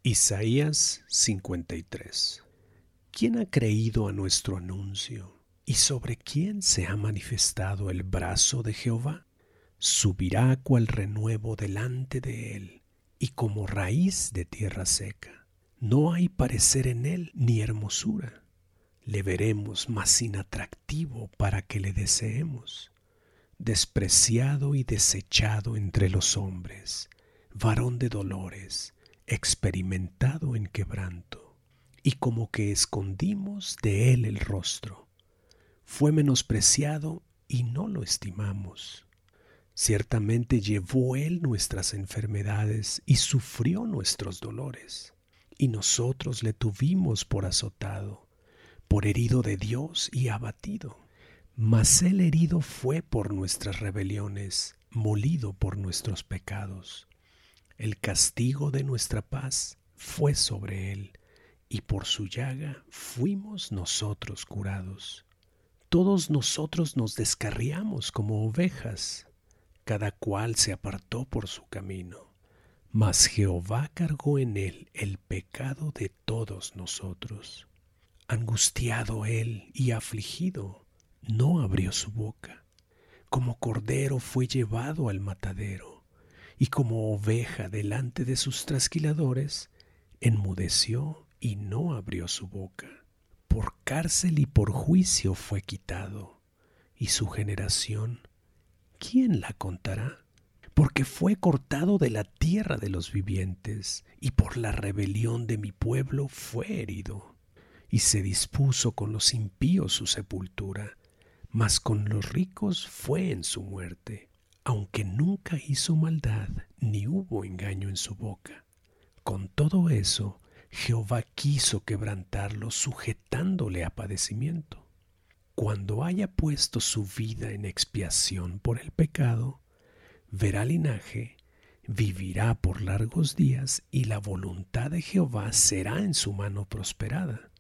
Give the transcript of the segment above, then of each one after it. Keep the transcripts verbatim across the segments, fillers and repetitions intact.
Isaías cincuenta y tres. ¿Quién ha creído a nuestro anuncio? ¿Y sobre quién se ha manifestado el brazo de Jehová? Subirá cual renuevo delante de él, y como raíz de tierra seca. No hay parecer en él ni hermosura. Le veremos más sin atractivo para que le deseemos. Despreciado y desechado entre los hombres, varón de dolores, experimentado en quebranto, y como que escondimos de él el rostro. Fue menospreciado y no lo estimamos. Ciertamente llevó él nuestras enfermedades y sufrió nuestros dolores. Y nosotros le tuvimos por azotado, por herido de Dios y abatido. Mas él herido fue por nuestras rebeliones, molido por nuestros pecados. El castigo de nuestra paz fue sobre él, y por su llaga fuimos nosotros curados. Todos nosotros nos descarriamos como ovejas, cada cual se apartó por su camino. Mas Jehová cargó en él el pecado de todos nosotros. Angustiado él y afligido, no abrió su boca. Como cordero fue llevado al matadero, y como oveja delante de sus trasquiladores, enmudeció y no abrió su boca. Por cárcel y por juicio fue quitado, y su generación, ¿quién la contará? Porque fue cortado de la tierra de los vivientes, y por la rebelión de mi pueblo fue herido. Y se dispuso con los impíos su sepultura, mas con los ricos fue en su muerte, aunque nunca hizo maldad, ni hubo engaño en su boca. Con todo eso, Jehová quiso quebrantarlo, sujetándole a padecimiento. Cuando haya puesto su vida en expiación por el pecado, verá linaje, vivirá por largos días, y la voluntad de Jehová será en su mano prosperada.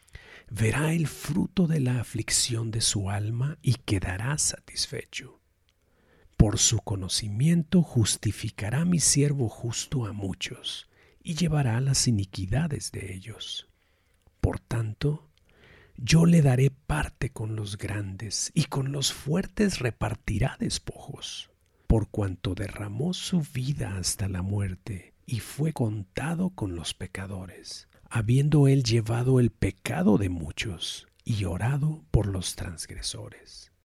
Verá el fruto de la aflicción de su alma y quedará satisfecho. Por su conocimiento justificará mi siervo justo a muchos, y llevará las iniquidades de ellos. Por tanto, yo le daré parte con los grandes, y con los fuertes repartirá despojos, por cuanto derramó su vida hasta la muerte, y fue contado con los pecadores, habiendo él llevado el pecado de muchos, y orado por los transgresores.